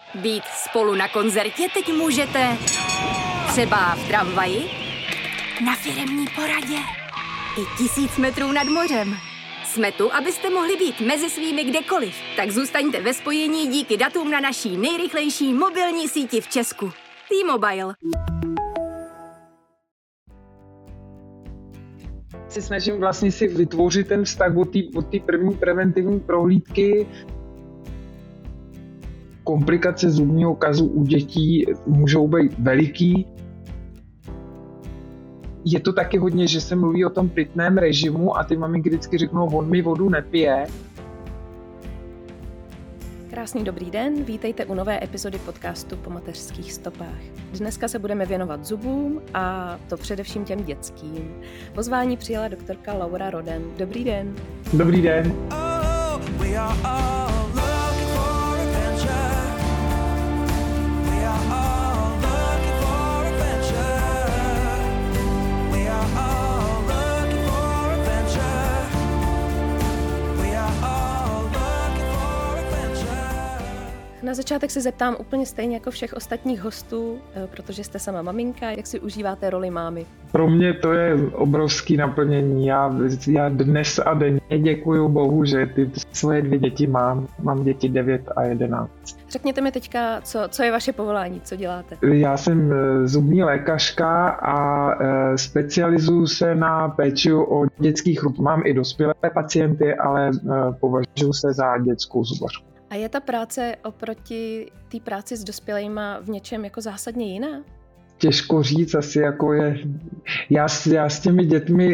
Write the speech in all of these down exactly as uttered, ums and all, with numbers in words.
Být spolu na koncertě teď můžete třeba v tramvaji, na firemní poradě i tisíc metrů nad mořem. Jsme tu, abyste mohli být mezi svými kdekoliv. Tak zůstaňte ve spojení díky datům na naší nejrychlejší mobilní síti v Česku. T-Mobile. Se snažím vlastně si vytvořit ten vztah od té od té první preventivní prohlídky. Komplikace zubního kazu u dětí můžou být veliký. Je to taky hodně, že se mluví o tom pitném režimu a ty maminky vždycky řeknou, on mi vodu nepije. Krásný dobrý den, vítejte u nové epizody podcastu Po mateřských stopách. Dneska se budeme věnovat zubům a to především těm dětským. Pozvání přijala doktorka Laura Roden. Dobrý den. Dobrý den. Na začátek se zeptám úplně stejně jako všech ostatních hostů, protože jste sama maminka, jak si užíváte roli mámy? Pro mě to je obrovský naplnění. Já, já dnes a denně děkuju Bohu, že ty svoje dvě děti mám. Mám děti devět a jedenáct. Řekněte mi teďka, co, co je vaše povolání, co děláte? Já jsem zubní lékařka a specializuju se na péči o dětský chrup. Mám i dospělé pacienty, ale považuji se za dětskou zubařku. A je ta práce oproti té práci s dospělejma v něčem jako zásadně jiná? Těžko říct, asi jako je... Já, já s těmi dětmi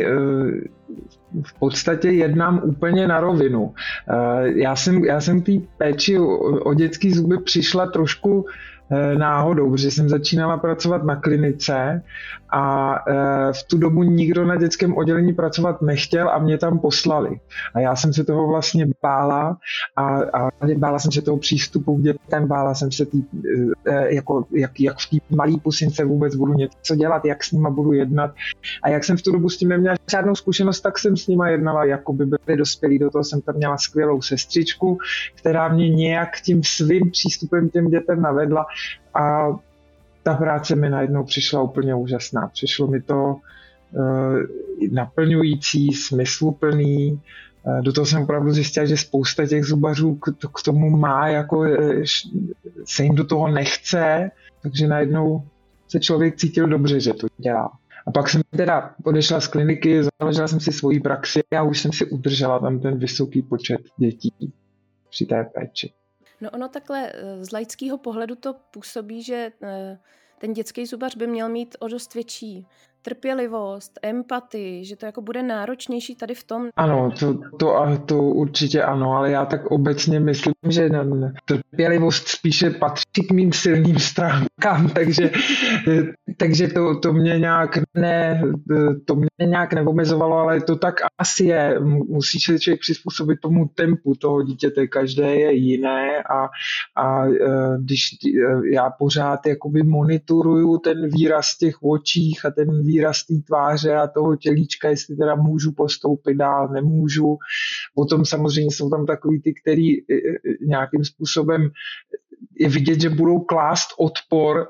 v podstatě jednám úplně na rovinu. Já jsem, já jsem té péči o, o dětský zuby přišla trošku náhodou, protože jsem začínala pracovat na klinice a v tu dobu nikdo na dětském oddělení pracovat nechtěl a mě tam poslali. A já jsem se toho vlastně bála a, a bála jsem se toho přístupu k dětem, bála jsem se tý, jako, jak, jak v té malé pusince vůbec budu něco dělat, jak s nima budu jednat. A jak jsem v tu dobu s tím neměla žádnou zkušenost, tak jsem s nima jednala, jako by byli dospělí. Do toho jsem tam měla skvělou sestřičku, která mě nějak tím svým přístupem těm dětem navedla. A ta práce mi najednou přišla úplně úžasná. Přišlo mi to uh, naplňující, smysluplný. Uh, do toho jsem opravdu zjistila, že spousta těch zubařů k, k tomu má, jako se jim do toho nechce, takže najednou se člověk cítil dobře, že to dělá. A pak jsem teda odešla z kliniky, založila jsem si svoji praxi a už jsem si udržela tam ten vysoký počet dětí při té péči. No ono takhle z laického pohledu to působí, že ten dětský zubař by měl mít o dost větší trpělivost, empatii, že to jako bude náročnější tady v tom. Ano, to, to, to určitě ano, ale já tak obecně myslím, že trpělivost spíše patří k mým silným stránkám, takže, takže to, to mě nějak ne, to mě nějak neomezovalo, ale to tak asi je. Musí se člověk přizpůsobit tomu tempu toho dítěte, každé je jiné a, a když já pořád jakoby monitoruju ten výraz těch očích a ten výraz výraz té tváře a toho tělíčka, jestli teda můžu postoupit dál, nemůžu. Potom samozřejmě jsou tam takový ty, který nějakým způsobem je vidět, že budou klást odpor.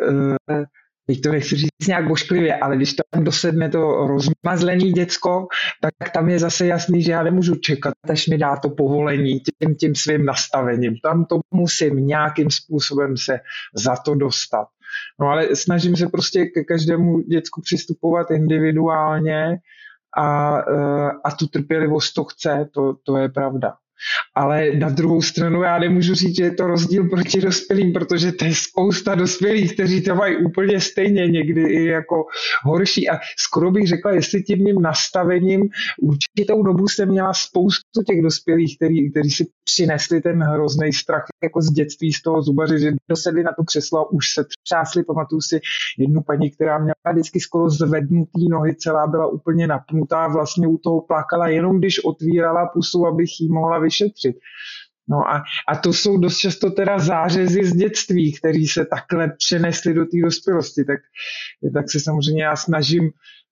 Teď to nechci říct nějak bošklivě, ale když tam dosedne to rozmazlený děcko, tak tam je zase jasný, že já nemůžu čekat, až mi dá to povolení tím, tím svým nastavením. Tam to musím nějakým způsobem se za to dostat. No ale snažím se prostě ke každému děcku přistupovat individuálně a, a tu trpělivost to chce, to, to je pravda. Ale na druhou stranu já nemůžu říct, že je to rozdíl proti dospělým, protože to je spousta dospělých, kteří to mají úplně stejně, někdy i jako horší. A skoro bych řekla, jestli tím mým nastavením určitou dobu jsem měla spoustu těch dospělých, který, který si přinesli ten hrozný strach jako z dětství, z toho zubaře, že dosedli na to křeslo a už se třásli. Pamatuju si jednu paní, která měla vždycky skoro zvednutý nohy, celá byla úplně napnutá, vlastně u toho plakala jenom když otvírala pusu, abych jí mohla vyšetřit. No a, a to jsou dost často teda zářezy z dětství, které se takhle přenesly do té dospělosti. Tak, tak se samozřejmě já snažím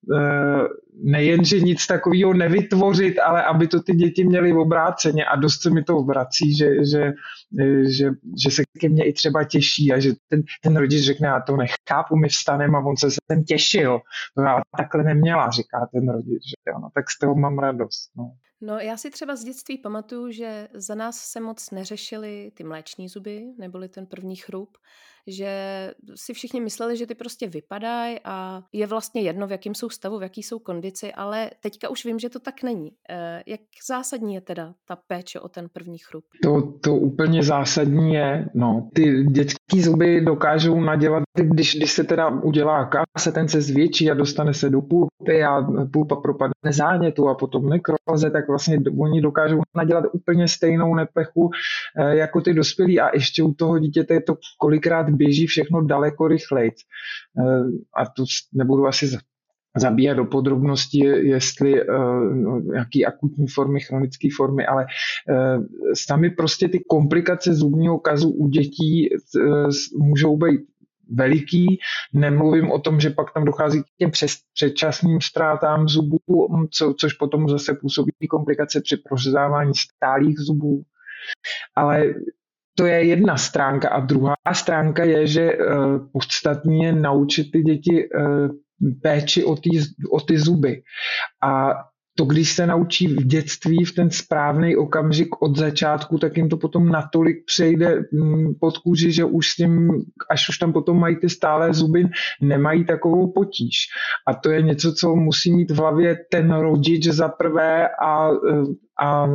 nejen, že nic takového nevytvořit, ale aby to ty děti měly obráceně a dost se mi to vrací, že, že, že, že se ke mně i třeba těší a že ten, ten rodič řekne, já to nechápu, my vstanem a on se sem těšil. To já takhle neměla, říká ten rodič. Že jo, no, tak z toho mám radost. No. No já si třeba z dětství pamatuju, že za nás se moc neřešily ty mléční zuby, neboli ten první chrup, že si všichni mysleli, že ty prostě vypadají a je vlastně jedno, v jakém jsou stavu, v jaký jsou kondici, ale teďka už vím, že to tak není. Jak zásadní je teda ta péče o ten první chrup? To, to úplně zásadní je, no, ty dětský zuby dokážou nadělat, když, když se teda udělá káse, ten se zvětší a dostane se do pulpy a pulpa propadne zánětu a potom nekroze, tak vlastně oni dokážou nadělat úplně stejnou neplechu jako ty dospělí a ještě u toho dítěte to kolikrát běží všechno daleko rychleji. A to nebudu asi zabíhat do podrobností, jestli uh, jaký akutní formy, chronické formy, ale uh, sami prostě ty komplikace zubního kazu u dětí uh, můžou být veliký. Nemluvím o tom, že pak tam dochází k těm přes, předčasným ztrátám zubů, co, což potom zase působí komplikace při prořezávání stálých zubů. Ale to je jedna stránka a druhá stránka je, že uh, podstatně je naučit ty děti uh, péči o ty, o ty zuby. A to, když se naučí v dětství v ten správný okamžik od začátku, tak jim to potom natolik přejde pod kůži, že už s tím, až už tam potom mají ty stálé zuby, nemají takovou potíž. A to je něco, co musí mít v hlavě ten rodič za prvé a, a,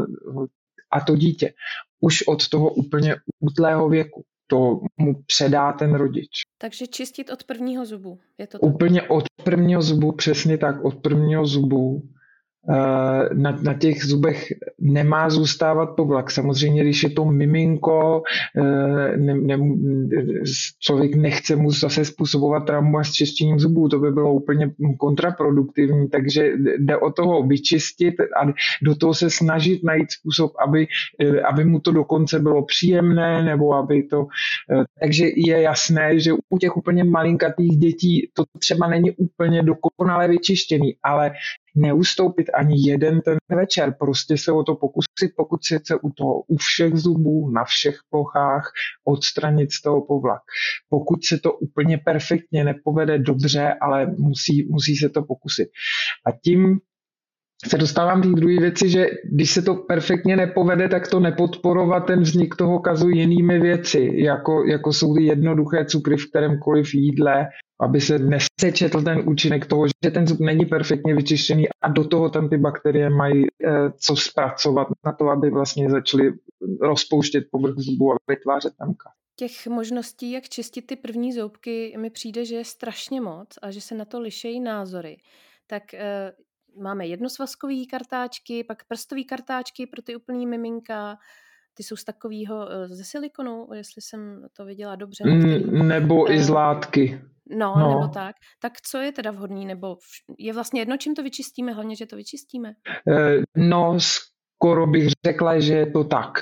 a to dítě. Už od toho úplně útlého věku. To mu předá ten rodič. Takže čistit od prvního zubu, je to tak? Úplně od prvního zubu, přesně tak, od prvního zubu. Na, na těch zubech nemá zůstávat povlak. Samozřejmě, když je to miminko, ne, ne, člověk nechce mu zase způsobovat traumu s čištěním zubů, to by bylo úplně kontraproduktivní, takže jde o toho vyčistit a do toho se snažit najít způsob, aby, aby mu to dokonce bylo příjemné, nebo aby to... Takže je jasné, že u těch úplně malinkatých dětí to třeba není úplně dokonale vyčištěný, ale neustoupit ani jeden ten večer, prostě se o to pokusit, pokud se chce u toho, u všech zubů, na všech plochách odstranit z toho povlak. Pokud se to úplně perfektně nepovede dobře, ale musí, musí se to pokusit. A tím se dostávám k té druhé věci, že když se to perfektně nepovede, tak to nepodporovat ten vznik toho kazu jinými věci, jako, jako jsou ty jednoduché cukry v kterémkoliv jídle, aby se nesečetl ten účinek toho, že ten zub není perfektně vyčištěný a do toho tam ty bakterie mají eh, co zpracovat na to, aby vlastně začaly rozpouštět povrch zubu a vytvářet tam kaz. Těch možností, jak čistit ty první zoubky, mi přijde, že je strašně moc a že se na to lišejí názory. Tak eh, máme jednosvazkový kartáčky, pak prstový kartáčky pro ty úplný miminka, ty jsou z takového ze silikonu, jestli jsem to viděla dobře. Mm, nebo uh, i z látky. No, no, nebo tak. Tak co je teda vhodný? Nebo je vlastně jedno, čím to vyčistíme, hlavně, že to vyčistíme? Uh, no, skoro bych řekla, že je to tak.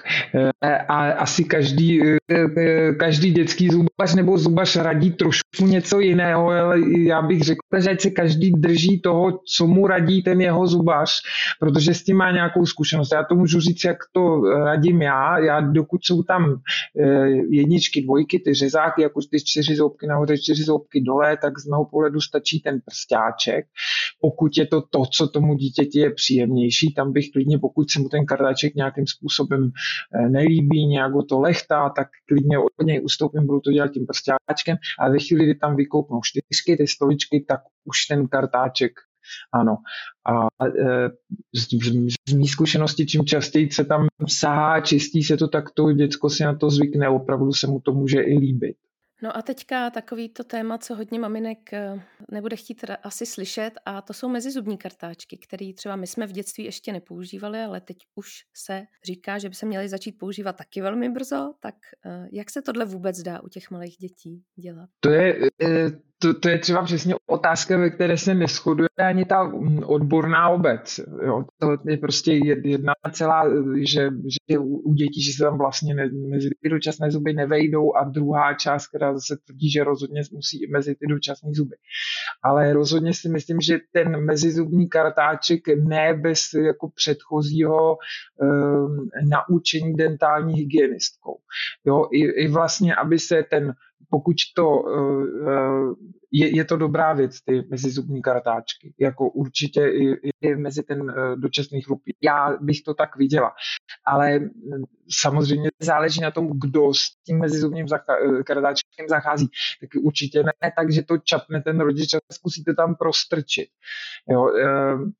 A asi každý, každý dětský zubař nebo zubař radí trošku něco jiného, ale já bych řekla, že ať se každý drží toho, co mu radí ten jeho zubař, protože s tím má nějakou zkušenost. Já to můžu říct, jak to radím já. Já dokud jsou tam jedničky, dvojky, ty řezáky, jako ty čtyři zoubky nahoře, čtyři zoubky dole, tak z mého pohledu stačí ten prstáček. Pokud je to to, co tomu dítěti je příjemnější, tam bych klidně, pokud se mu ten kartáček nějakým způsobem nelíbí, nějak ho to lechtá, tak klidně od něj ustoupím, budu to dělat tím prstáčkem a ve chvíli, kdy tam vykoupnou čtyřky, ty stoličky, tak už ten kartáček, ano. A e, z, z mý zkušenosti, čím častěji se tam sahá, čistí se to, tak to děcko si na to zvykne, opravdu se mu to může i líbit. No a teďka takovýto téma, co hodně maminek nebude chtít asi slyšet, a to jsou mezizubní kartáčky, které třeba my jsme v dětství ještě nepoužívali, ale teď už se říká, že by se měly začít používat taky velmi brzo. Tak jak se tohle vůbec dá u těch malých dětí dělat? To je, to, to je třeba přesně otázka, ve které se neshoduje ani ta odborná obec. Jo. To je prostě jedna celá, že, že u dětí, že se tam vlastně ne, mezi ty dočasné zuby nevejdou, a druhá část, která zase tvrdí, že rozhodně musí i mezi ty dočasné zuby. Ale rozhodně si myslím, že ten mezizubní kartáček ne bez jako předchozího um, naučení dentální hygienistkou. Jo, i, i vlastně, aby se ten, pokud to, uh, je, je to dobrá věc, ty mezizubní kartáčky, jako určitě i, i mezi ten uh, dočasný chlup. Já bych to tak viděla, ale samozřejmě záleží na tom, kdo s tím mezizubním zachá- kartáčkem zachází. Tak určitě ne tak, že to čapne ten rodič a zkusíte tam prostrčit. Jo, uh,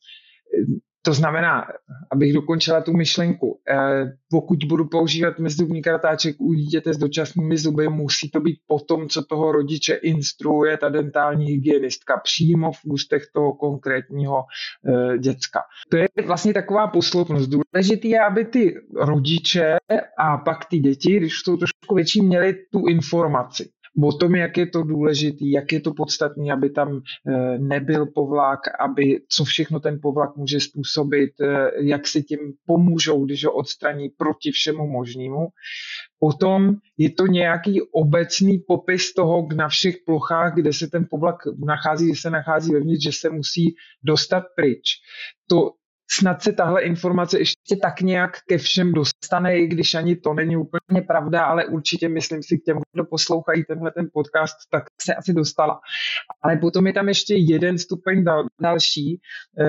To znamená, abych dokončila tu myšlenku, eh, pokud budu používat mezizubní kartáček u dítěte s dočasnými zuby, musí to být po tom, co toho rodiče instruuje ta dentální hygienistka přímo v ústech toho konkrétního eh, děcka. To je vlastně taková posloupnost. Důležité je, aby ty rodiče a pak ty děti, když jsou trošku větší, měli tu informaci o tom, jak je to důležitý, jak je to podstatný, aby tam nebyl povlak, aby co všechno ten povlak může způsobit, jak si tím pomůžou, když ho odstraní proti všemu možnému. Potom je to nějaký obecný popis toho na všech plochách, kde se ten povlak nachází, kde se nachází vevnitř, že se musí dostat pryč. To snad se tahle informace ještě tak nějak ke všem dostane, i když ani to není úplně pravda, ale určitě myslím si k těm, kdo poslouchají tenhle ten podcast, tak se asi dostala. Ale potom je tam ještě jeden stupeň dal, další, e,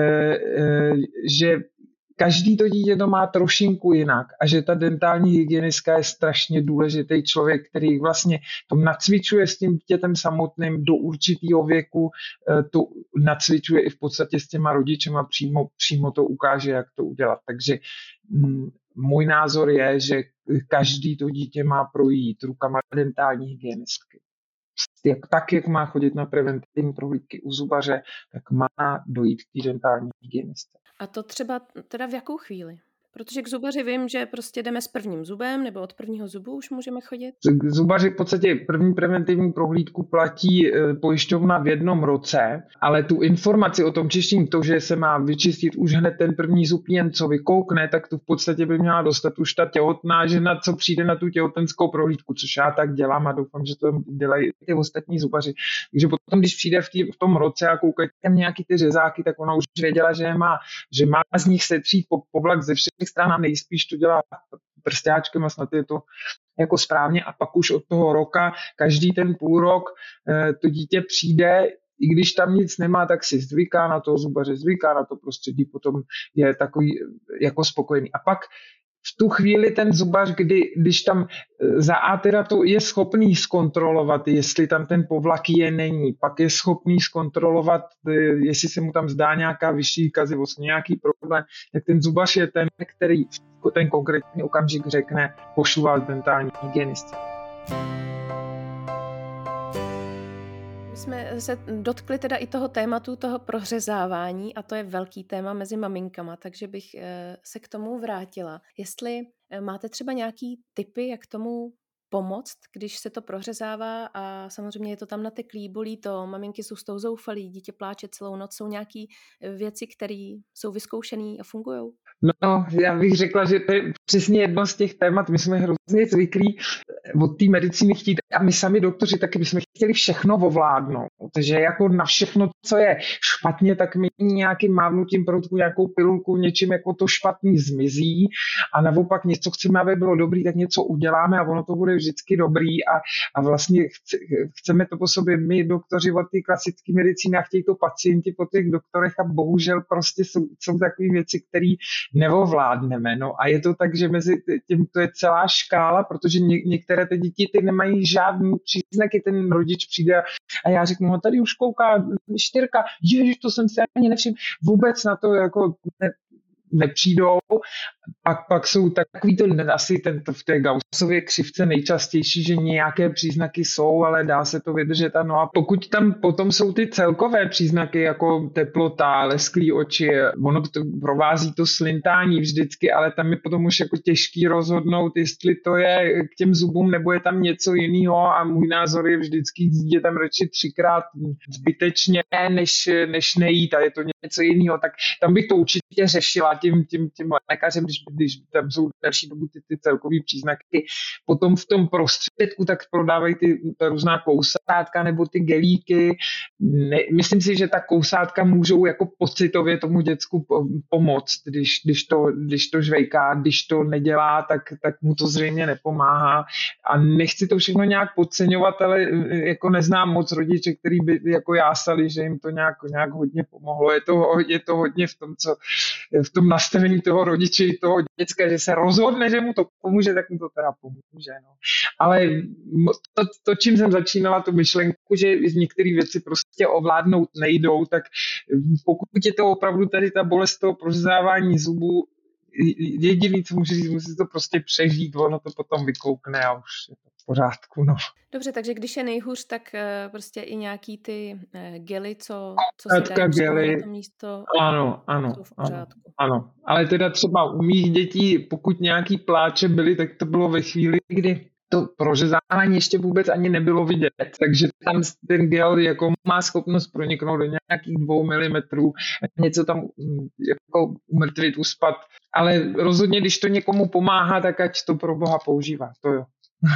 e, že každý to dítě to má trošinku jinak a že ta dentální hygienistka je strašně důležitý člověk, který vlastně to nacvičuje s tím dítětem samotným do určitého věku, to nacvičuje i v podstatě s těma rodičema, přímo, přímo to ukáže, jak to udělat. Takže m, můj názor je, že každý to dítě má projít rukama dentální hygienistky. Jak, tak, jak má chodit na preventivní prohlídky u zubaře, tak má dojít k té dentální hygienistce. A to třeba teda v jakou chvíli? Protože k zubaři vím, že prostě jdeme s prvním zubem, nebo od prvního zubu už můžeme chodit? K zubaři v podstatě první preventivní prohlídku platí pojišťovna v jednom roce, ale tu informaci o tom čištění, to, že se má vyčistit už hned ten první zub, jen co vykoukne, tak tu v podstatě by měla dostat už ta těhotná žena, co přijde na tu těhotenskou prohlídku, což já tak dělám a doufám, že to dělají ty ostatní zubaři. Takže potom, když přijde v, tý, v tom roce a koukají tam nějaký ty řezáky, tak ona už věděla, že má, že má z nich setřít povlak ze všech stran a nejspíš to dělá prstáčkem a snad je to jako správně, a pak už od toho roka, každý ten půl rok to dítě přijde, i když tam nic nemá, tak si zvyká na to zubaře, zvyká na to prostředí, potom je takový jako spokojený. A pak v tu chvíli ten zubař, kdy, když tam za A teda to je schopný zkontrolovat, jestli tam ten povlak je, není, pak je schopný zkontrolovat, jestli se mu tam zdá nějaká vyšší kazivost, nějaký problém, tak ten zubař je ten, který ten konkrétní okamžik řekne, pošlu vás dentální hygienistce. Jsme se dotkli teda i toho tématu, toho prořezávání, a to je velký téma mezi maminkama, takže bych se k tomu vrátila. Jestli máte třeba nějaký tipy, jak tomu pomoct, když se to prořezává a samozřejmě je to tam nateklý, bolí to, maminky jsou z toho zoufalí, dítě pláče celou noc, jsou nějaký věci, které jsou vyzkoušený a fungujou? No, já bych řekla, že to je přesně jedno z těch témat. My jsme hrozně zvyklí od té medicíny chtít, a my sami doktoři taky bychom chtěli všechno ovládnout. Takže jako na všechno, co je špatně, tak my nějakým mávnutím proutku, nějakou pilulku, něčím jako to špatný zmizí, a naopak něco chceme, aby bylo dobrý, tak něco uděláme a ono to bude vždycky dobrý, a, a vlastně chce, chceme to po sobě my, doktoři, od té klasické medicíny, a chtějí to pacienti po těch doktorech, a bohužel prostě jsou, jsou takové věci, které neovládneme. No a je to tak, že mezi tím to je celá škála, protože ně, některé ty děti ty nemají žádný příznaky, ten rodič přijde a já řeknu, no tady už kouká čtyřka, ježiš, to jsem si ani nevšiml, vůbec na to jako ne, nepřijdou, Pak, pak jsou takový to asi ten, to v té Gaussově křivce nejčastější, že nějaké příznaky jsou, ale dá se to vydržet. No a pokud tam potom jsou ty celkové příznaky, jako teplota, lesklý oči, ono to provází to slintání vždycky, ale tam je potom už jako těžký rozhodnout, jestli to je k těm zubům, nebo je tam něco jiného a můj názor je vždycky jít tam radši třikrát zbytečně, než, než nejít a je to něco jiného, tak tam bych to určitě řešila tím, tím, tím lékařem, když, když tam jsou další dobu ty, ty celkové příznaky. Potom v tom prostředku tak prodávají ty, ty různá kousátka nebo ty gelíky. Ne, myslím si, že ta kousátka můžou jako pocitově tomu děcku pomoct, když, když, to, když to žvejká, když to nedělá, tak, tak mu to zřejmě nepomáhá. A nechci to všechno nějak podceňovat, ale jako neznám moc rodiče, který by jako jásali, že jim to nějak, nějak hodně pomohlo. Je to, je to hodně v tom, co, v tom nastavení toho rodiče i toho děcka, že se rozhodne, že mu to pomůže, tak mu to teda pomůže. No. Ale to, to, čím jsem začínala, tu myšlenku, že některé věci prostě ovládnout nejdou, tak pokud je to opravdu tady ta bolest toho prořezávání zubů, jediný, co může říct, musí to prostě přežít, ono to potom vykoukne a už je to v pořádku. No. Dobře, takže když je nejhůř, tak uh, prostě i nějaký ty uh, gely, co, co si dají gely. Na to místo, ano, ano, jsou v pořádku. Ano, ano, ale teda třeba u mých dětí, pokud nějaký pláče byly, tak to bylo ve chvíli, kdy to prořezávání ještě vůbec ani nebylo vidět, takže tam ten gel jako má schopnost proniknout do nějakých dvou milimetrů, něco tam jako umrtvit, uspat, ale rozhodně, když to někomu pomáhá, tak ať to pro boha používá, to jo.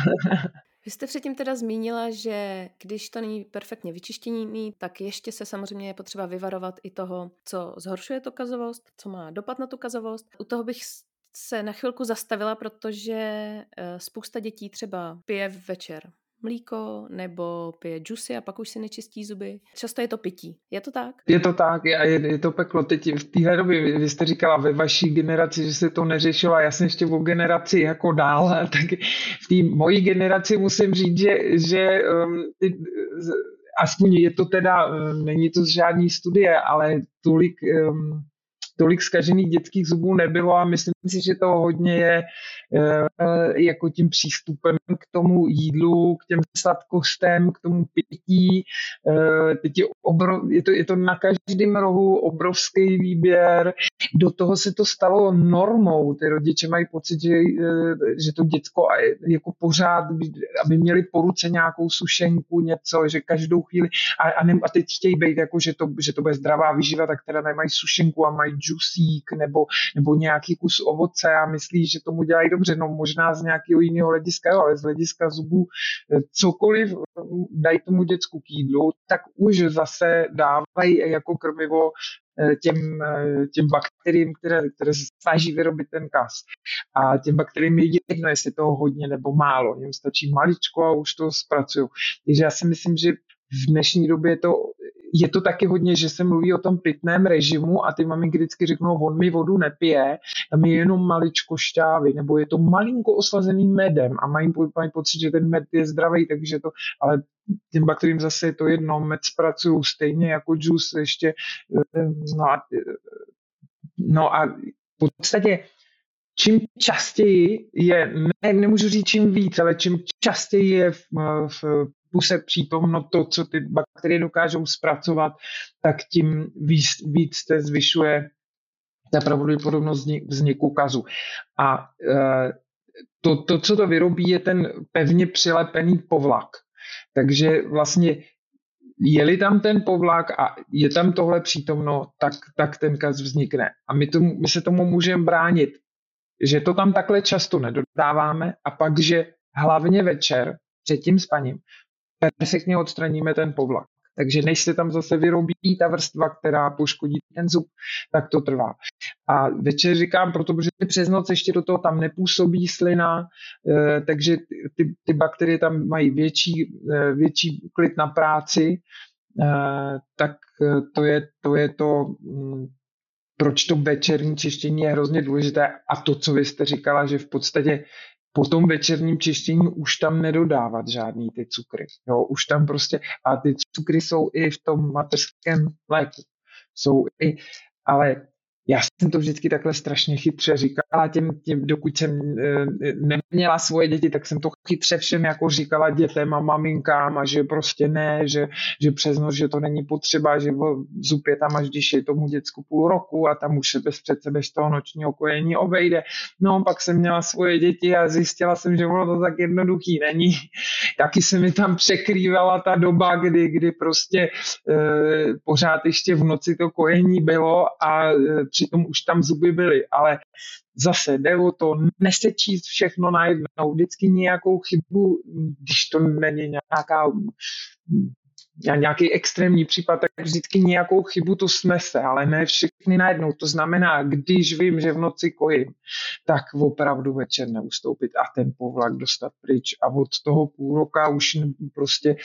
Vy jste předtím teda zmínila, že když to není perfektně vyčištěný, tak ještě se samozřejmě je potřeba vyvarovat i toho, co zhoršuje tu kazovost, co má dopad na tu kazovost. U toho bych se na chvilku zastavila, protože spousta dětí třeba pije večer mlíko nebo pije džusy a pak už si nečistí zuby. Často je to pití. Je to tak? Je to tak a je, je to peklo. Teď v téhle době, vy jste říkala ve vaší generaci, že se to neřešilo a já jsem ještě o generaci jako dál, tak v té mojí generaci musím říct, že, že um, ty, aspoň je to teda, um, není to z žádný studie, ale tolik um, tolik zkažených dětských zubů nebylo a myslím si, že to hodně je e, jako tím přístupem k tomu jídlu, k těm sladkostem, k tomu pití. E, teď je, obrov, je, to, je to na každém rohu obrovský výběr. Do toho se to stalo normou. Ty rodiče mají pocit, že, že to děcko jako pořád, aby měli po ruce nějakou sušenku, něco, že každou chvíli a, a, ne, a teď chtějí být jako, že to, že to bude zdravá výživa, tak teda nemají sušenku a mají džusík nebo, nebo nějaký kus ovoce a myslí, že tomu dělají dobře. No možná z nějakého jiného hlediska, jo, ale z hlediska zubů cokoliv dají tomu děcku k jídlu, tak už zase dávají jako krmivo těm, těm bakteriím, které, které snaží vyrobit ten kas. A těm bakteriím je jedno, jestli toho hodně nebo málo. Jim stačí maličko a už to zpracují. Takže já si myslím, že v dnešní době je to, je to taky hodně, že se mluví o tom pitném režimu a ty maminky vždycky řeknou, on mi vodu nepije, tam je jenom maličko šťávy, nebo je to malinko oslazený medem a mají, mají pocit, že ten med je zdravý, takže to, ale těm bakteriím zase je to jedno, med zpracují stejně jako džus ještě, no a, no a v podstatě čím častěji je, ne, nemůžu říct čím víc, ale čím častěji je v, v puse přítomno to, co ty bakterie dokážou zpracovat, tak tím víc, víc se zvyšuje ta pravděpodobnost vzniku kazu. A e, to, to, co to vyrobí, je ten pevně přilepený povlak. Takže vlastně je-li tam ten povlak a je tam tohle přítomno, tak, tak ten kaz vznikne. A my, tomu, my se tomu můžeme bránit, že to tam takhle často nedodáváme a pak, že hlavně večer před tím spaním perfektně odstraníme ten povlak. Takže než se tam zase vyrobí ta vrstva, která poškodí ten zub, tak to trvá. A večer říkám, protože přes noc ještě do toho tam nepůsobí slina, eh, takže ty, ty bakterie tam mají větší, eh, větší klid na práci, eh, tak to je to, je to hm, proč to večerní čištění je hrozně důležité. A to, co vy jste říkala, že v podstatě po tom večerním čištění už tam nedodávat žádný ty cukry. Jo, už tam prostě, a ty cukry jsou i v tom mateřském mléku. Jsou i, ale Já jsem to vždycky takhle strašně chytře říkala těm, těm dokud jsem e, neměla svoje děti, tak jsem to chytře všem jako říkala dětem a maminkám a že prostě ne, že, že přes noc, že to není potřeba, že zub je tam až když je tomu děcku půl roku a tam už se bez přece bez toho nočního kojení obejde. No pak jsem měla svoje děti a zjistila jsem, že ono to tak jednoduchý není. Taky se mi tam překrývala ta doba, kdy, kdy prostě e, pořád ještě v noci to kojení bylo a e, přitom už tam zuby byly, ale zase jde o to nesečíst všechno najednou, vždycky nějakou chybu, když to není nějaká nějaký extrémní případ, tak vždycky nějakou chybu to snese, ale ne všechny najednou. To znamená, když vím, že v noci kojím, tak opravdu večer neustoupit a ten povlak dostat pryč a od toho půl roka už prostě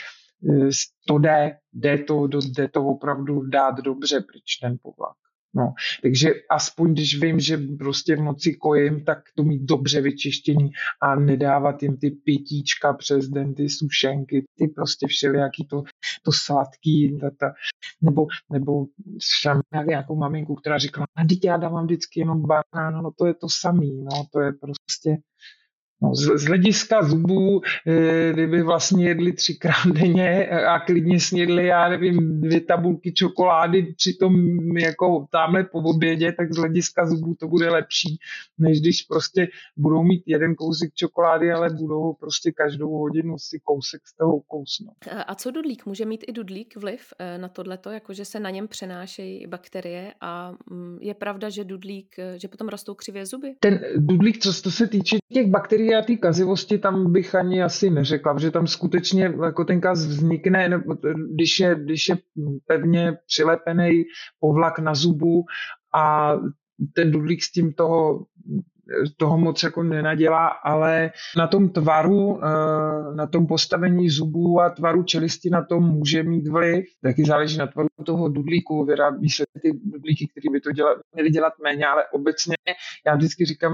to jde, jde to, jde to opravdu dát dobře pryč ten povlak. No, takže aspoň když vím, že prostě v noci kojím, tak to mít dobře vyčištění a nedávat jim ty pitíčka přes den, ty sušenky, ty prostě všelijaký to, to sladký, ta, ta, nebo, nebo třeba nějakou maminku, která říkala, a teď já dávám vždycky jenom banán, no to je to samý, no to je prostě. No, z, z hlediska zubů, e, kdyby vlastně jedli třikrát denně a klidně snědli, já nevím, dvě tabulky čokolády, přitom jako tamhle po obědě, tak z hlediska zubů to bude lepší, než když prostě budou mít jeden kousek čokolády, ale budou prostě každou hodinu si kousek z toho kousnout. A co dudlík? Může mít i dudlík vliv na tohleto, jakože se na něm přenášejí bakterie a je pravda, že dudlík, že potom rostou křivě zuby? Ten dudlík, co se týče těch bakterií a té kazivosti, tam bych ani asi neřekla, protože tam skutečně jako ten kaz vznikne, když je, když je pevně přilepený povlak na zubu a ten dudlík s tím toho toho moc jako nenadělá, ale na tom tvaru, na tom postavení zubů a tvaru čelisti na tom může mít vliv. Taky záleží na tvaru toho dudlíku, vyrábí se ty dudlíky, které by to dělat, měly dělat méně, ale obecně já vždycky říkám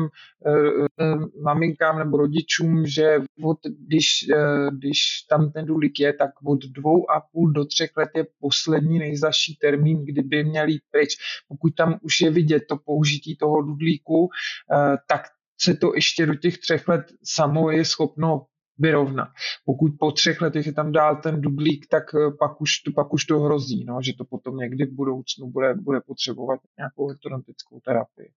uh, maminkám nebo rodičům, že od, když, uh, když tam ten dudlík je, tak od dvou a půl do třech let je poslední nejzazší termín, kdyby měl jít pryč. Pokud tam už je vidět to použití toho dudlíku, uh, tak se to ještě do těch třech let samo je schopno vyrovnat. Pokud po třech letech je tam dál ten dudlík, tak pak už, pak už to hrozí, no, že to potom někdy v budoucnu bude, bude potřebovat nějakou ortodontickou terapii.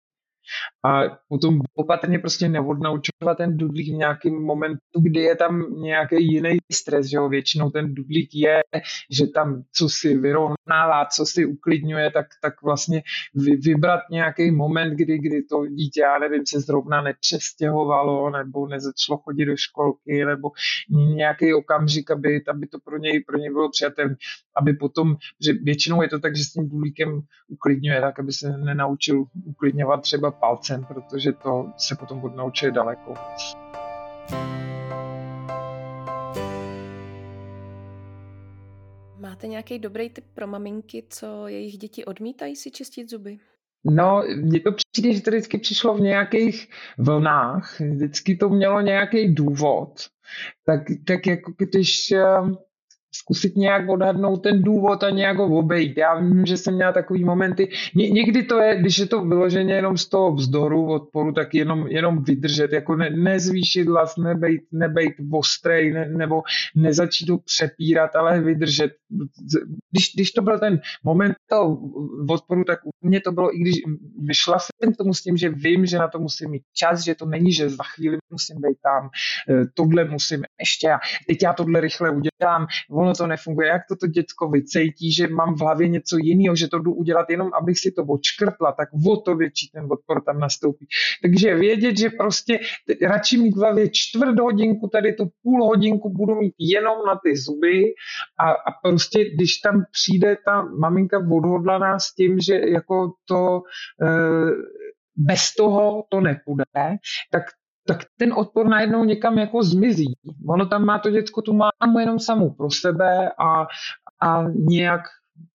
A potom opatrně prostě neodnaučovat ten dudlík v nějakém momentu, kdy je tam nějaký jiný stres, že jo, většinou ten dudlík je, že tam co si vyrovnává, co si uklidňuje, tak, tak vlastně vy, vybrat nějaký moment, kdy, kdy to dítě, já nevím, se zrovna nepřestěhovalo, nebo nezačalo chodit do školky, nebo nějaký okamžik, aby, aby to pro něj, pro něj bylo přijatelné, aby potom, že většinou je to tak, že s tím dudlíkem uklidňuje, tak aby se nenaučil uklidňovat třeba palcem, protože to se potom bude naučit daleko. Máte nějaký dobrý tip pro maminky, co jejich děti odmítají si čistit zuby? No, mně to přijde, že to vždycky přišlo v nějakých vlnách, vždycky to mělo nějaký důvod, tak, tak jako když zkusit nějak odhadnout ten důvod a nějak ho obejít. Já vím, že jsem měla takový momenty. Ně, někdy to je, když je to vyloženě jenom z toho vzdoru, odporu, tak jenom, jenom vydržet, jako ne, nezvýšit hlas, nebejt, nebejt ostrej, ne, nebo nezačít ho přepírat, ale vydržet. Když, když to byl ten moment toho odporu, tak u mě to bylo, i když vyšla jsem k tomu s tím, že vím, že na to musím mít čas, že to není, že za chvíli musím být tam, tohle musím ještě a teď já tohle rychle udělám. Ono to nefunguje, jak to to děcko vycejtí, že mám v hlavě něco jiného, že to jdu udělat jenom, abych si to odškrtla, tak o to větší ten odpor tam nastoupí. Takže vědět, že prostě radši mít v hlavě čtvrt hodinku, tady tu půl hodinku budu mít jenom na ty zuby a, a prostě, když tam přijde ta maminka odhodlaná s tím, že jako to e, bez toho to nepůjde, tak tak ten odpor najednou někam jako zmizí. Ono tam má to děcko tu mámu jenom samou pro sebe a, a nějak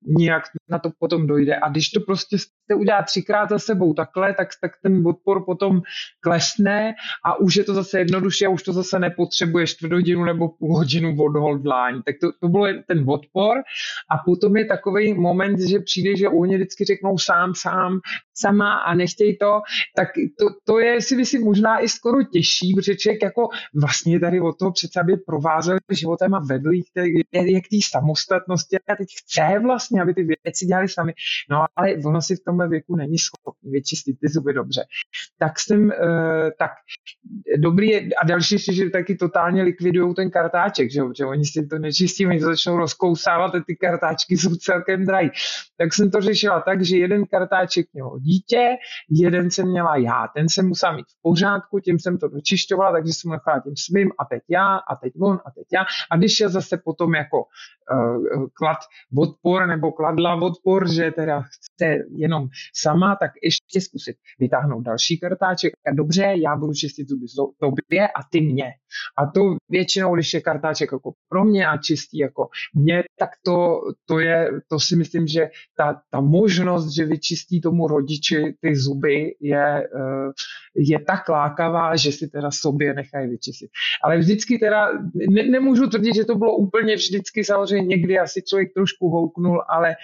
nijak na to potom dojde. A když to prostě se udělá třikrát za sebou takhle, tak, tak ten odpor potom klesne a už je to zase jednodušší a už to zase nepotřebuje čtvrt hodinu nebo půl hodinu odhodlání. Tak to, to byl ten odpor a potom je takový moment, že přijde, že oni vždycky řeknou sám, sám, sama a nechtěj to, tak to, to je si myslím možná i skoro těžší, protože člověk jako vlastně tady od toho přece, aby provázel životem a vedl jich k té samostatnosti a teď chce vlastně, aby ty věci dělali sami. No ale ono si v tomhle věku není schopný vyčistit ty zuby dobře. Tak jsem, uh, tak dobrý je, a další ještě, že taky totálně likvidujou ten kartáček, že, že oni si to nečistí, oni to začnou rozkousávat a ty kartáčky jsou celkem drahý. Tak jsem to řešila tak, že jeden kartáček mělo dítě, jeden jsem měla já, ten jsem musela mít v pořádku, tím jsem to dočišťovala, takže jsem nechala tím svým a teď já, a teď on, a teď já. A když je zase potom jako uh, klad odpor nebo kladla odpor, že teda chce jenom sama, tak ještě zkusit vytáhnout další kartáček. A dobře, já budu čistit zuby tobě a ty mě. A to většinou, když je kartáček jako pro mě a čistý jako mě, tak to, to je, to si myslím, že ta, ta možnost, že vyčistí tomu rodiči ty zuby je, je tak lákavá, že si teda sobě nechají vyčistit. Ale vždycky teda, ne, nemůžu tvrdit, že to bylo úplně vždycky, samozřejmě někdy asi člověk trošku houknul, ale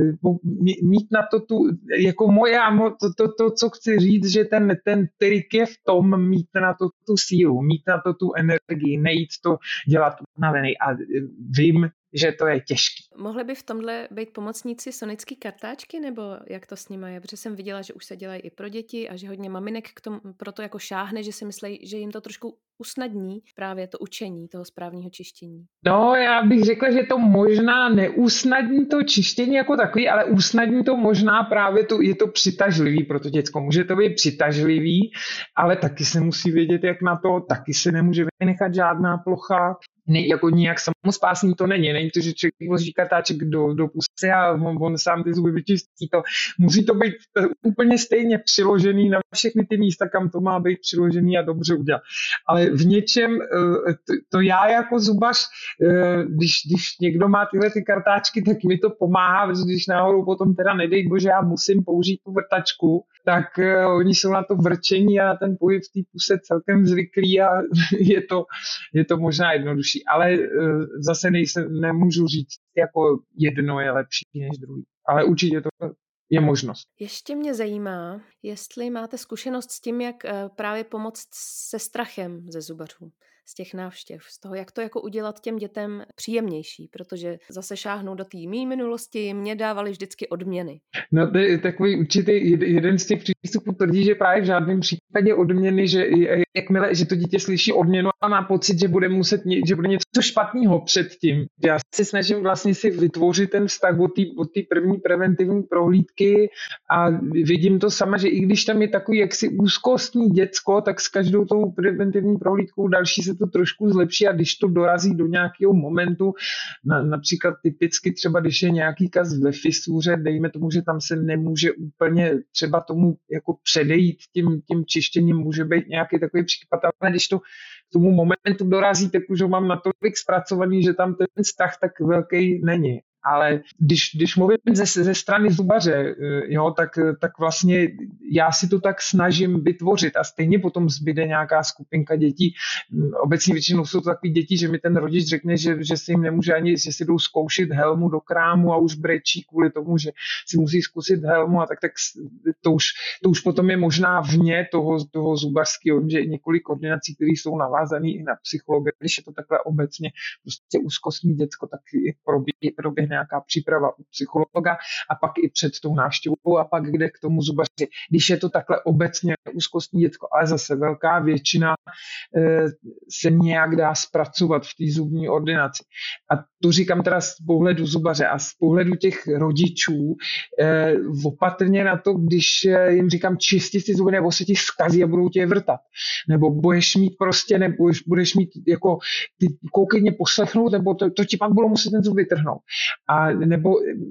mít na to tu, jako moje, to, to, to co chci říct, že ten, ten trik je v tom mít na to tu sílu, mít na to tu energii, nejít to dělat unavený a vím, že to je těžký. Mohly by v tomhle být pomocníci sonický kartáčky, nebo jak to s nimi je? Protože jsem viděla, že už se dělají i pro děti a že hodně maminek k tomu proto jako šáhne, že si myslí, že jim to trošku usnadní právě to učení toho správného čištění. No, já bych řekla, že to možná neusnadní to čištění jako takový, ale usnadní to možná právě to, je to přitažlivý pro to děcko. Může to být přitažlivý, ale taky se musí vědět, jak na to, taky se nemůže vynechat žádná plocha. Ne, jako nijak samospásný to není. Není to, že člověk vloží kartáček do, do pusy a on, on sám ty zuby vyčistí. To, musí to být úplně stejně přiložený na všechny ty místa, kam to má být přiložený a dobře udělat. Ale v něčem, to, to já jako zubař, když, když někdo má tyhle ty kartáčky, tak mi to pomáhá, protože když náhodou potom teda nedej bože, já musím použít tu vrtačku, tak oni jsou na to vrčení a na ten pohyb v té puse celkem zvyklí a je to, je to možná jednodušší. Ale zase nejsem, nemůžu říct, jako jedno je lepší než druhý. Ale určitě to je možnost. Ještě mě zajímá, jestli máte zkušenost s tím, jak právě pomoct se strachem ze zubařů, z těch návštěv, z toho, jak to jako udělat těm dětem příjemnější, protože zase šáhnou do té mý minulosti, mě dávali vždycky odměny. No to je takový určitý jeden z těch přístupů tvrdí, že právě v žádném případě odměny, že jakmile, že to dítě slyší odměnu a má pocit, že bude muset, že bude něco špatného předtím. Já se snažím vlastně si vytvořit ten vztah od té od té první preventivní prohlídky a vidím to sama, že i když tam je takový jaksi úzkostní děcko, tak s každou tou preventivní prohlídkou další se to trošku zlepší a když to dorazí do nějakého momentu, na, například typicky třeba, když je nějaký kaz ve fisúře, dejme tomu, že tam se nemůže úplně třeba tomu jako předejít tím, tím čištěním, může být nějaký takový případ, ale když to k tomu momentu dorazí, tak už ho mám natolik zpracovaný, že tam ten vztah tak velký není. Ale když, když mluvím ze, ze strany zubaře, jo, tak, tak vlastně já si to tak snažím vytvořit a stejně potom zbyde nějaká skupinka dětí. Obecně většinou jsou to takový děti, že mi ten rodič řekne, že, že si jim nemůže ani, že si jdou zkoušet helmu do krámu a už brečí kvůli tomu, že si musí zkusit helmu a tak, tak to, už, to už potom je možná vně toho, toho zubařského, že několik ordinací, které jsou navázané i na psychologa, když je to takhle obecně prostě úzkostní děcko, tak proběhne proběh nějaká příprava u psychologa a pak i před tou návštěvou a pak jde k tomu zubaři. Když je to takhle obecně úzkostní děcko, ale zase velká většina e, se nějak dá zpracovat v té zubní ordinaci. A to říkám teda z pohledu zubaře a z pohledu těch rodičů e, opatrně na to, když jim říkám čisti si zuby, nebo se ti zkazí a budou tě vrtat. Nebo budeš mít prostě, nebo budeš mít jako ty koukejně poslechnout, nebo to, to ti pak budou muset ten zub vytrhnout. A nebo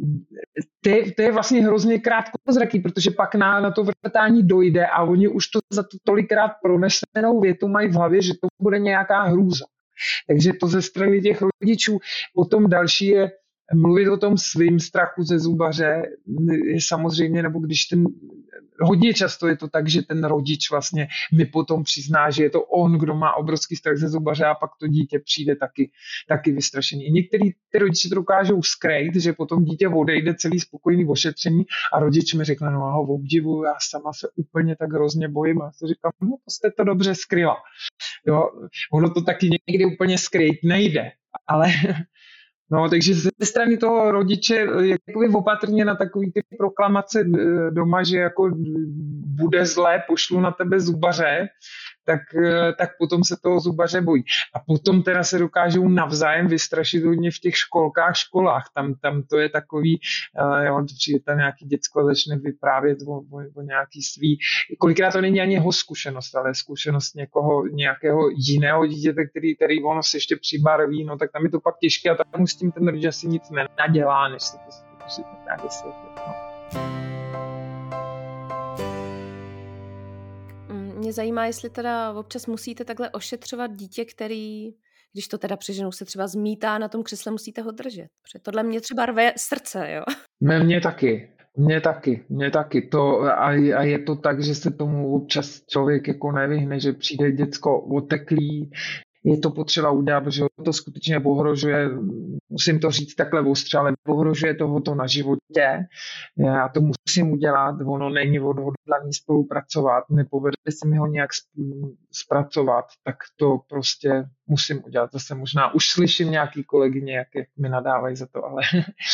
to je, to je vlastně hrozně krátkozraký, protože pak na, na to vrtání dojde a oni už to za to tolikrát pronesenou větu mají v hlavě, že to bude nějaká hrůza. Takže to ze strany těch rodičů. Potom další je mluvit o tom svým strachu ze zubaře je samozřejmě, nebo když ten, hodně často je to tak, že ten rodič vlastně mi potom přizná, že je to on, kdo má obrovský strach ze zubaře a pak to dítě přijde taky, taky vystrašený. Některý ty rodiče to dokážou skrýt, že potom dítě odejde celý spokojený ošetření a rodič mi řekne, no ho obdivuju, já sama se úplně tak hrozně bojím. A já říkám, no to jste to dobře skryla. Jo, ono to taky někdy úplně skrýt nejde, ale no, takže ze strany toho rodiče je takový opatrně na takový ty proklamace doma, že jako bude zlé, pošlu na tebe zubaře, tak, tak potom se toho zubaře bojí. A potom teda se dokážou navzájem vystrašit hodně v těch školkách, školách. Tam, tam to je takový, jo, přijde tam nějaký děcko začne vyprávět o, o, o nějaký svý, kolikrát to není ani jeho zkušenost, ale zkušenost někoho, nějakého jiného dítěte, který, který ono se ještě přibarví, no tak tam je to pak těžké a tam s tím ten rodič asi nic nenadělá, než se to zkusit nějak vysvětlit. No. Mě zajímá, jestli teda občas musíte takhle ošetřovat dítě, který, když to teda přeženou, se třeba zmítá na tom křesle, musíte ho držet. Protože tohle mě třeba rve srdce, jo? Mně taky. Mně taky, mně taky. To, a, a je to tak, že se tomu občas člověk jako nevyhne, že přijde děcko oteklý, je to potřeba udělat, protože to skutečně ohrožuje, musím to říct takhle ostře, ale ohrožuje tohoto na životě. Já to musím udělat, ono není odhodlaný spolupracovat, nepovede se mi ho nějak zpracovat, tak to prostě musím udělat. Zase možná už slyším nějaký kolegyně, jak, jak mi nadávají za to, ale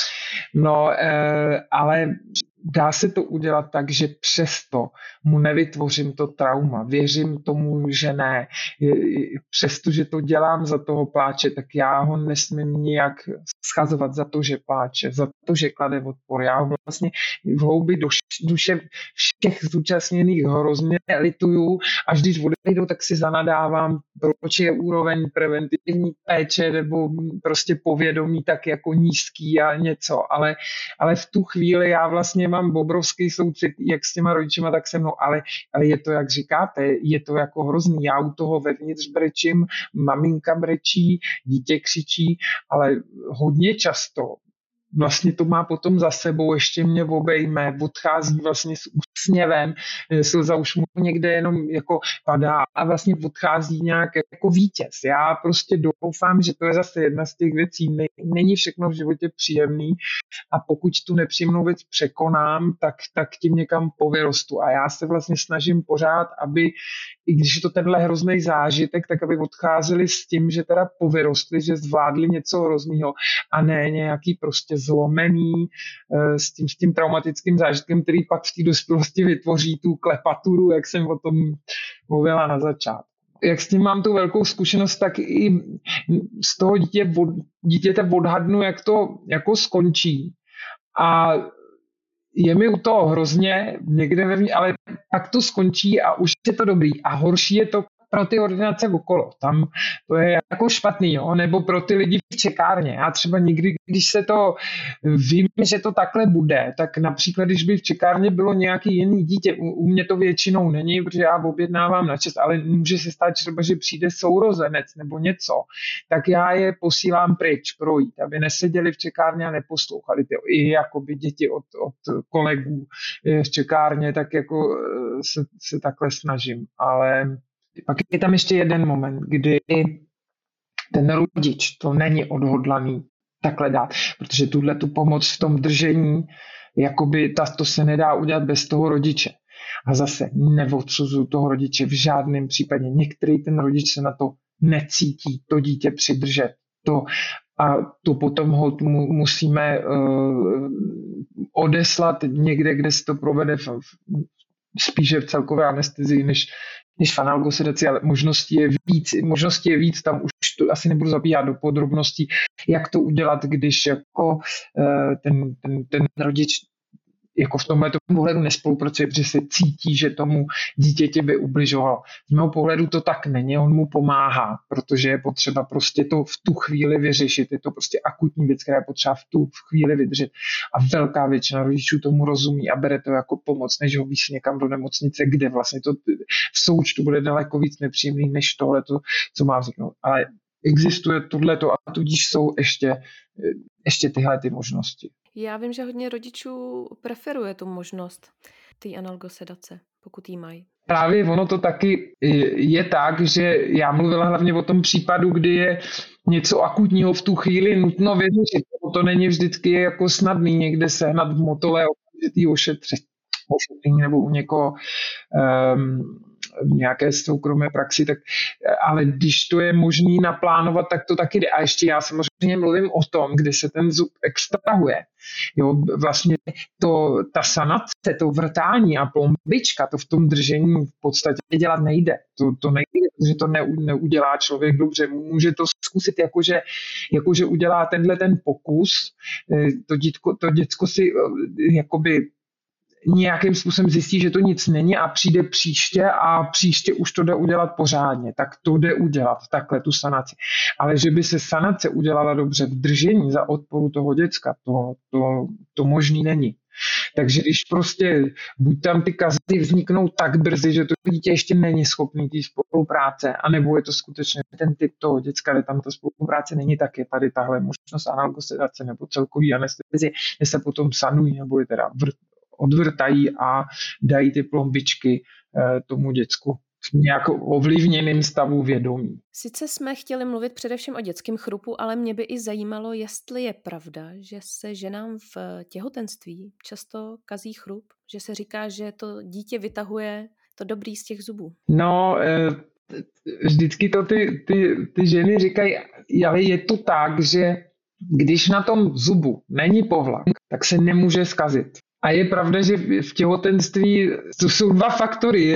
no, eh, ale dá se to udělat tak, že přesto mu nevytvořím to trauma. Věřím tomu, že ne. Přesto, že to dělám za toho pláče, tak já ho nesmím nijak schazovat za to, že pláče, za to, že klade odpor. Já ho vlastně v hloubi duše všech zúčastněných hrozně lituju. Až když odejdou, tak si zanadávám, proč je úroveň preventivní péče nebo prostě povědomí tak jako nízký a něco. Ale, ale v tu chvíli já vlastně mám obrovský soucit, jak s těma rodičima, tak se mnou, ale, ale je to, jak říkáte, je to jako hrozný. Já u toho vevnitř brečím, maminka brečí, dítě křičí, ale hodně často vlastně to má potom za sebou, ještě mě obejme, odchází vlastně s úsměvem, slza už mu někde jenom jako padá a vlastně odchází nějak jako vítěz. Já prostě doufám, že to je zase jedna z těch věcí. Není všechno v životě příjemný a pokud tu nepříjemnou věc překonám, tak, tak tím někam povyrostu. A já se vlastně snažím pořád, aby, i když je to tenhle hrozný zážitek, tak aby odcházeli s tím, že teda povyrostli, že zvládli něco hroznýho a ne nějaký prostě zlomený s tím, s tím traumatickým zážitkem, který pak v té dospělosti vytvoří tu klepaturu, jak jsem o tom mluvila na začátku. Jak s tím mám tu velkou zkušenost, tak i z toho dítě, dítěte odhadnu, jak to jako skončí. A je mi u toho hrozně někde ve mně, ale tak to skončí a už je to dobrý. A horší je to pro ty ordinace okolo. Tam to je jako špatný, jo? Nebo pro ty lidi v čekárně. Já třeba někdy, když se to vím, že to takhle bude, tak například, když by v čekárně bylo nějaký jiný dítě, u, u mě to většinou není, protože já objednávám na čas, ale může se stát třeba, že přijde sourozenec nebo něco, tak já je posílám pryč projít, aby neseděli v čekárně a neposlouchali ty, i jakoby děti od, od kolegů v čekárně, tak jako se, se takhle snažím, ale pak je tam ještě jeden moment, kdy ten rodič to není odhodlaný takhle dát, protože tuhle tu pomoc v tom držení, jakoby ta, to se nedá udělat bez toho rodiče. A zase neodsuzuju toho rodiče v žádném případě. Některý ten rodič se na to necítí, to dítě přidržet. To, a to potom ho mu, musíme uh, odeslat někde, kde se to provede v, spíše v celkové anestezii, než než v analgosedaci, ale možností je víc, možností je víc, tam už to asi nebudu zabíhat do podrobností, jak to udělat, když jako ten, ten, ten rodič jako v tomhle pohledu nespolupracuje, protože se cítí, že tomu dítěti by ubližoval. Z mého pohledu to tak není, on mu pomáhá, protože je potřeba prostě to v tu chvíli vyřešit. Je to prostě akutní věc, která je potřeba v tu chvíli vydržet. A velká většina rodičů tomu rozumí a bere to jako pomoc, než ho víš někam do nemocnice, kde vlastně to v součtu bude daleko víc nepříjemný, než tohle, co má vzniknout. Ale existuje tohleto a tudíž jsou ještě, ještě tyhle ty možnosti. Já vím, že hodně rodičů preferuje tu možnost té analgosedace, pokud jí mají. Právě ono to taky je tak, že já mluvila hlavně o tom případu, kdy je něco akutního v tu chvíli nutno vyřešit. To není vždycky jako snadný někde sehnat v motole okamžitý ošetření nebo u někoho um, v nějaké soukromé praxi, tak, ale když to je možný naplánovat, tak to taky jde. A ještě já samozřejmě mluvím o tom, kdy se ten zub extrahuje. Jo, vlastně to, ta sanace, to vrtání a plombička, to v tom držení v podstatě dělat nejde. To, to nejde, protože to ne, neudělá člověk dobře. Může to zkusit, jakože, jakože udělá tenhle ten pokus, to děcko, to děcko si jakoby nějakým způsobem zjistí, že to nic není a přijde příště a příště už to jde udělat pořádně. Tak to jde udělat, takhle tu sanaci. Ale že by se sanace udělala dobře v držení za odporu toho děcka, to, to, to možný není. Takže když prostě buď tam ty kazy vzniknou tak brzy, že to dítě ještě není schopný té spolupráce, anebo je to skutečně ten typ toho děcka, kde tam ta spolupráce není, tak je tady tahle možnost analgosedace nebo celkový anestezie, kde se potom sanují nebo je teda vrt, odvrtají a dají ty plombičky eh, tomu děcku v nějak ovlivněném stavu vědomí. Sice jsme chtěli mluvit především o dětském chrupu, ale mě by i zajímalo, jestli je pravda, že se ženám v těhotenství často kazí chrup, že se říká, že to dítě vytahuje to dobrý z těch zubů. No, eh, vždycky to ty, ty, ty ženy říkají, ale je to tak, že když na tom zubu není povlak, tak se nemůže zkazit. A je pravda, že v těhotenství to jsou dva faktory.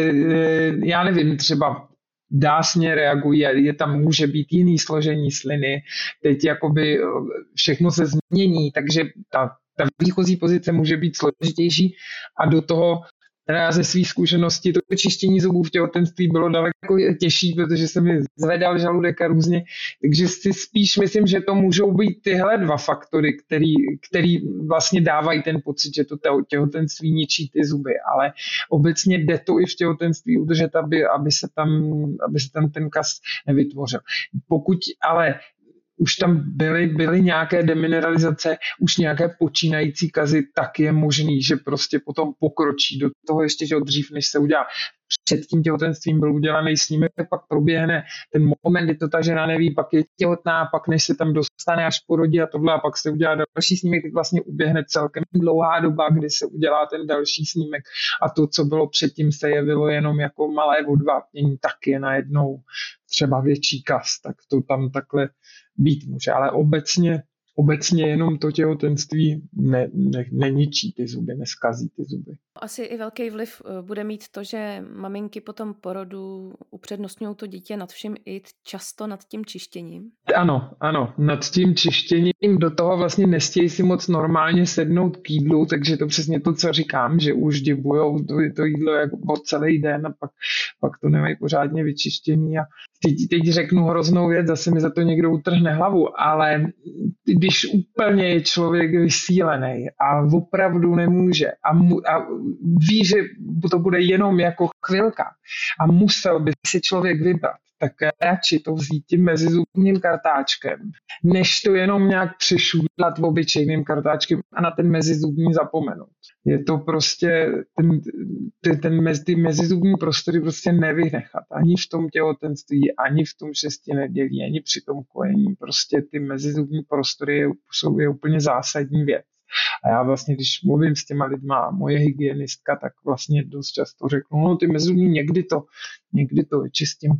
Já nevím, třeba dásně reagují, je tam může být jiný složení sliny, teď jakoby všechno se změní, takže ta, ta výchozí pozice může být složitější a do toho teda ze svých zkušeností to čištění zubů v těhotenství bylo daleko těžší, protože se mi zvedal žaludek a různě. Takže si spíš myslím, že to můžou být tyhle dva faktory, který, který vlastně dávají ten pocit, že to těhotenství ničí ty zuby. Ale obecně jde to i v těhotenství udržet, aby, aby, se, tam, aby se tam ten kas nevytvořil. Pokud ale už tam byly, byly nějaké demineralizace, už nějaké počínající kazy, tak je možný, že prostě potom pokročí do toho ještě, že dřív, než se udělá. Před tím těhotenstvím byl udělaný snímek, pak proběhne ten moment, kdy to ta žena neví, pak je těhotná, pak než se tam dostane až porodí a tohle, a pak se udělá další snímek, tak vlastně uběhne celkem dlouhá doba, kdy se udělá ten další snímek a to, co bylo předtím, se jevilo jenom jako malé odvápnění, tak je najednou třeba větší kas, tak to tam takhle být může, ale obecně, obecně jenom to těhotenství ne, ne, neničí ty zuby, neskazí ty zuby. Asi i velký vliv bude mít to, že maminky po tom porodu upřednostňují to dítě nad vším i často nad tím čištěním. Ano, ano, nad tím čištěním do toho vlastně nestějí si moc normálně sednout k jídlu, takže to přesně to, co říkám, že už dibujou to, to jídlo jako po celý den a pak, pak to nemají pořádně vyčištění a teď, teď řeknu hroznou věc, zase mi za to někdo utrhne hlavu, ale když úplně je člověk vysílený a opravdu nemůže a, mu, a ví, že to bude jenom jako chvilka a musel by si člověk vybrat, tak radši to vzít tím mezizubním kartáčkem, než to jenom nějak přešudlat obyčejným kartáčkem a na ten mezizubní zapomenout. Je to prostě, ten, ten, ten mezi, ty mezizubní prostory prostě nevynechat. Ani v tom těhotenství, ani v tom šesti nedělí, ani při tom kojení. Prostě ty mezizubní prostory jsou je úplně zásadní věc. A já vlastně, když mluvím s těma lidma, moje hygienistka, tak vlastně dost často řeknu, no ty mezizubní někdy to, někdy to vyčistím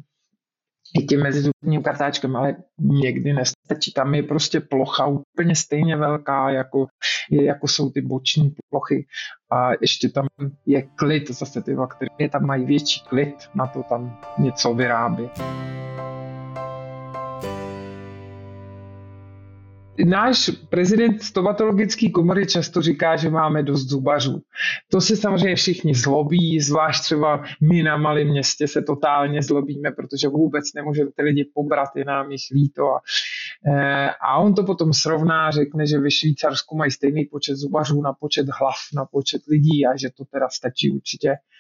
i tím mezizubním kartáčkem, ale někdy nestačí. Tam je prostě plocha úplně stejně velká, jako, jako jsou ty boční plochy. A ještě tam je klid, zase ty bakterie tam mají větší klid na to tam něco vyrábět. Náš prezident stomatologické komory často říká, že máme dost zubařů. To se samozřejmě všichni zlobí, zvlášť třeba my na malém městě se totálně zlobíme, protože vůbec nemůžeme ty lidi pobrat, je nám jich líto. A, a on to potom srovná, řekne, že ve Švýcarsku mají stejný počet zubařů na počet hlav, na počet lidí a že to teda stačí určitě.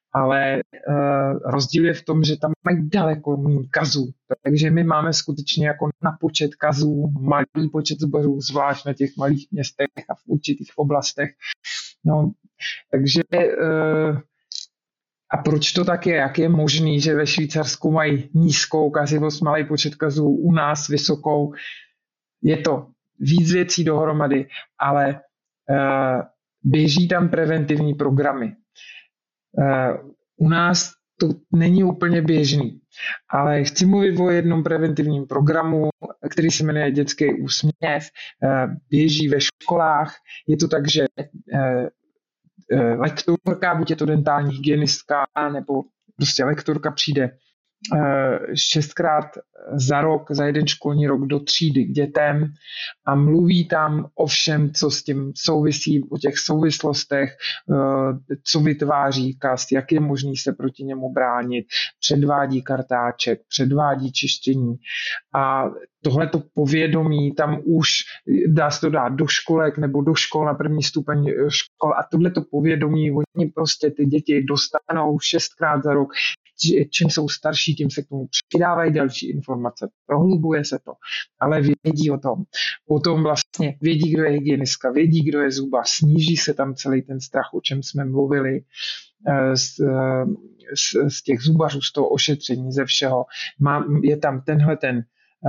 ale uh, rozdíl je v tom, že tam mají daleko méně kazů. Takže my máme skutečně jako na počet kazů malý počet zubařů, zvlášť na těch malých městech a v určitých oblastech. No, takže uh, a proč to tak je? Jak je možný, že ve Švýcarsku mají nízkou kazivost, malý počet kazů, u nás vysokou? Je to víc věcí dohromady, ale uh, běží tam preventivní programy. Uh, u nás to není úplně běžný, ale chci mluvit o jednom preventivním programu, který se jmenuje Dětský úsměv. Uh, běží ve školách. Je to tak, že uh, lektorka, buď je to dentální hygienistka, nebo prostě lektorka přijde šestkrát za rok, za jeden školní rok do třídy k dětem a mluví tam o všem, co s tím souvisí, o těch souvislostech, co vytváří kast, jak je možný se proti němu bránit, předvádí kartáček, předvádí čištění a tohleto povědomí tam už dá se to dát do školek nebo do škol na první stupeň škol a tohleto povědomí oni prostě ty děti dostanou šestkrát za rok. Čím jsou starší, tím se k tomu přidávají další informace, prohlubuje se to, ale vědí o tom. Potom vlastně vědí, kdo je hygienistka, vědí, kdo je zubař, sníží se tam celý ten strach, o čem jsme mluvili, z, z, z těch zubařů, z toho ošetření, ze všeho. Má, je tam tenhle ten,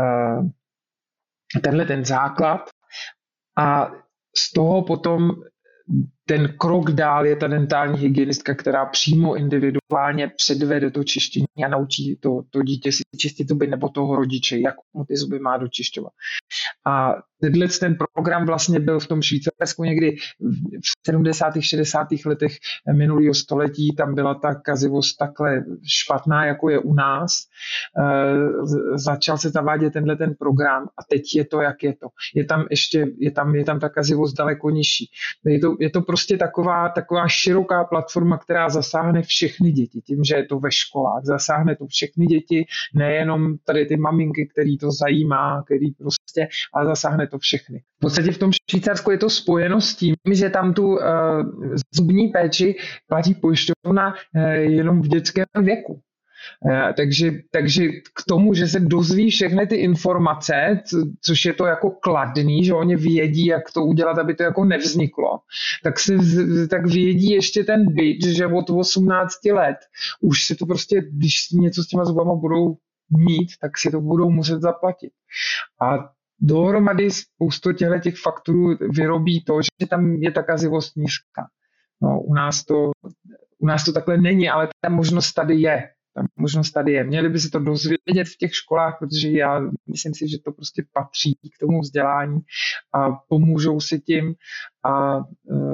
tenhle ten základ a z toho potom ten krok dál je ta dentální hygienistka, která přímo individuálně předvede to čištění a naučí to, to dítě si čistit zuby nebo toho rodiče, jak mu ty zuby má dočišťovat. A tenhle ten program vlastně byl v tom Švýcarsku někdy v sedmdesátých šedesátých letech minulého století, tam byla ta kazivost takhle špatná, jako je u nás. E, začal se zavádět tenhle ten program a teď je to, jak je to. Je tam ještě, je tam, je tam ta kazivost daleko nižší. Je to, je to prostě taková, taková široká platforma, která zasáhne všechny děti. Tím, že je to ve školách, zasáhne to všechny děti, nejenom tady ty maminky, který to zajímá, který prostě, ale zasáhne to všechny. V podstatě v tom Švýcarsku je to spojeno s tím, že tam tu uh, zubní péči platí pojišťovna uh, jenom v dětském věku. Uh, takže, takže k tomu, že se dozví všechny ty informace, co, což je to jako kladný, že oni vědí, jak to udělat, aby to jako nevzniklo, tak, se, tak vědí ještě ten byt, že od osmnácti let už si to prostě, když něco s těma zubama budou mít, tak si to budou muset zaplatit. A dohromady spoustu těch faktorů vyrobí to, že tam je ta kazivost nízká. No, u nás to, u nás to takhle není, ale ta možnost tady je. Ta možnost tady je. Měli by se to dozvědět v těch školách, protože já myslím si, že to prostě patří k tomu vzdělání a pomůžou si tím a e,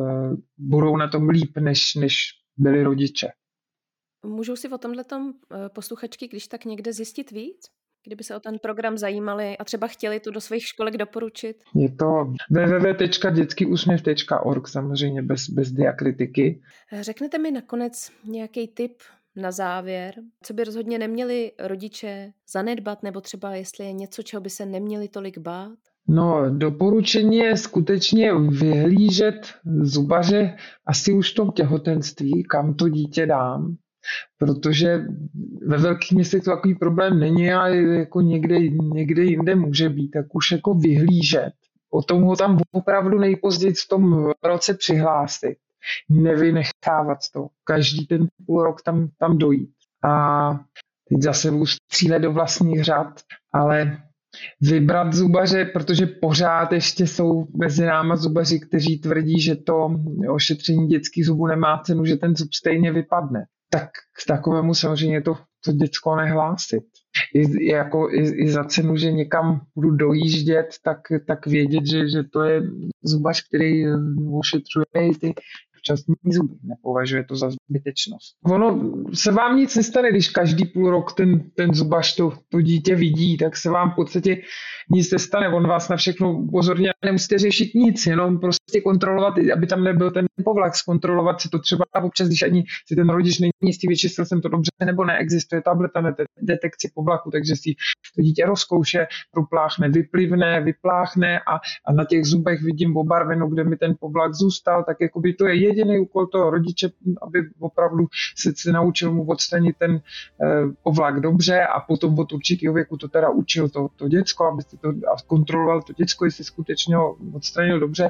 budou na tom líp, než, než byli rodiče. Můžou si o tomhletom posluchačky, když tak někde zjistit víc? Kdyby se o ten program zajímali a třeba chtěli to do svých školek doporučit? Je to w w w tečka dětský úsměv tečka org, samozřejmě bez, bez diakritiky. Řeknete mi nakonec nějaký tip na závěr, co by rozhodně neměli rodiče zanedbat, nebo třeba jestli je něco, čeho by se neměli tolik bát? No, doporučení je skutečně vyhlížet zubaře asi už v tom těhotenství, kam to dítě dám, protože ve velkých městech to takový problém není a jako někde, někde jinde může být, tak už jako vyhlížet. O tom ho tam opravdu nejpozději v tom roce přihlásit. Nevynechávat to. Každý ten půl rok tam, tam dojít. A teď zase budu střílet do vlastních řad, ale vybrat zubaře, protože pořád ještě jsou mezi náma zubaři, kteří tvrdí, že to ošetření dětských zubů nemá cenu, že ten zub stejně vypadne. Tak k takovému samozřejmě to, to děcko nehlásit. I, jako, i, i za cenu, že někam budu dojíždět, tak, tak vědět, že, že to je zubař, který ošetřuje ty včasní zuby. Nepovažuje to za zbytečnost. Ono se vám nic nestane, když každý půl rok ten, ten zubař to, to dítě vidí, tak se vám v podstatě nic nestane. On vás na všechno upozorně nemusíte řešit nic, jenom prostě kontrolovat, aby tam nebyl ten povlak, zkontrolovat si to třeba občas, když ani si ten rodič není jistý, vyčistil jsem to dobře, nebo neexistuje tableta na detekci povlaku, takže si to dítě rozkouše, propláchne, vyplivne, vypláchne a, a na těch zubech vidím obarveno, kde mi ten povlak zůstal, tak jako by to je jediný úkol toho rodiče, aby opravdu se, se naučil mu odstranit ten eh, ovlak dobře a potom od určitého věku to teda učil to, to děcko, aby se to a kontroloval to děcko, jestli skutečně ho odstranil dobře.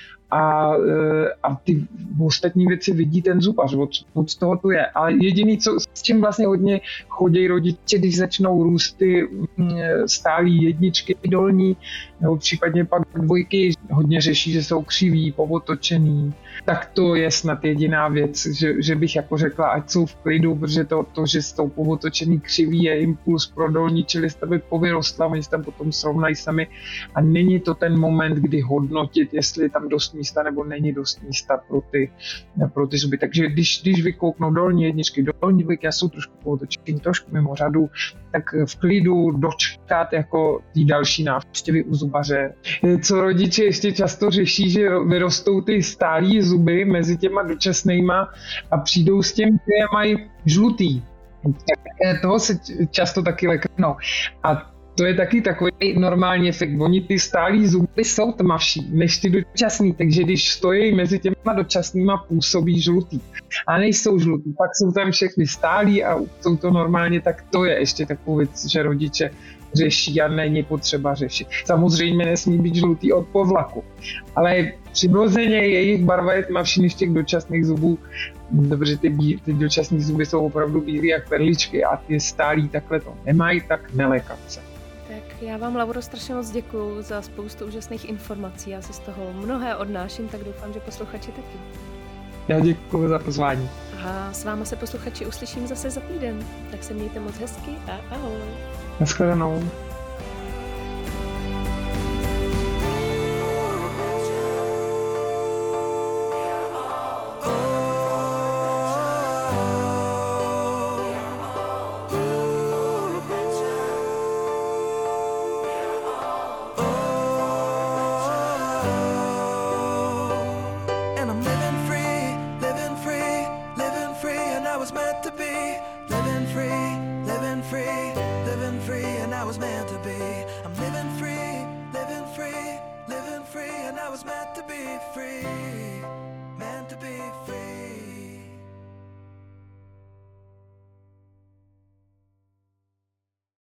A, a ty ostatní věci vidí ten zubař, od, od toho to je. Ale jediný, co, s čím vlastně hodně chodí rodiče, když začnou růst ty stálý jedničky dolní, nebo případně pak dvojky, hodně řeší, že jsou křiví, povotočený, tak to je snad jediná věc, že, že bych jako řekla, ať jsou v klidu, protože to, to že jsou povotočený křiví je impuls pro dolní čelist, aby povyrostla, oni se tam potom srovnají sami a není to ten moment, kdy hodnotit, jestli je tam dost místa nebo není dost místa pro ty, pro ty zuby. Takže když, když vykouknou dolní jedničky, dolní dvojky a jsou trošku povotočený, trošku mimo řadu, tak v klidu dočkat jako ty další návštěvy u zubaře. Co rodiče ještě často řeší, že vyrostou ty stálí zuby mezi těma dočasnýma a přijdou s tím, že mají žlutý. Tak toho se často taky leknou. A to je taky takový normální efekt. Oni ty stálí zuby jsou tmavší než ty dočasný, takže když stojí mezi těma dočasnýma, působí žlutý. A nejsou žlutý, pak jsou tam všechny stálí a jsou to normálně, tak to je ještě takovou věc, že rodiče řeší a není potřeba řešit. Samozřejmě nesmí být žlutý od povlaku, ale přirozeně jejich barva je tmavší než těch dočasných zubů, protože ty, bí, ty dočasné zuby jsou opravdu bílé jak perličky a ty stálí takhle to nemají, tak nelékat se. Tak já vám, Lauro, strašně moc děkuju za spoustu úžasných informací. Já si z toho mnohé odnáším, tak doufám, že posluchači taky. Já děkuju za pozvání. A s váma se, posluchači, uslyším zase za týden. Tak se mějte moc hezky a ahoj. Naschledanou. I was meant to be free.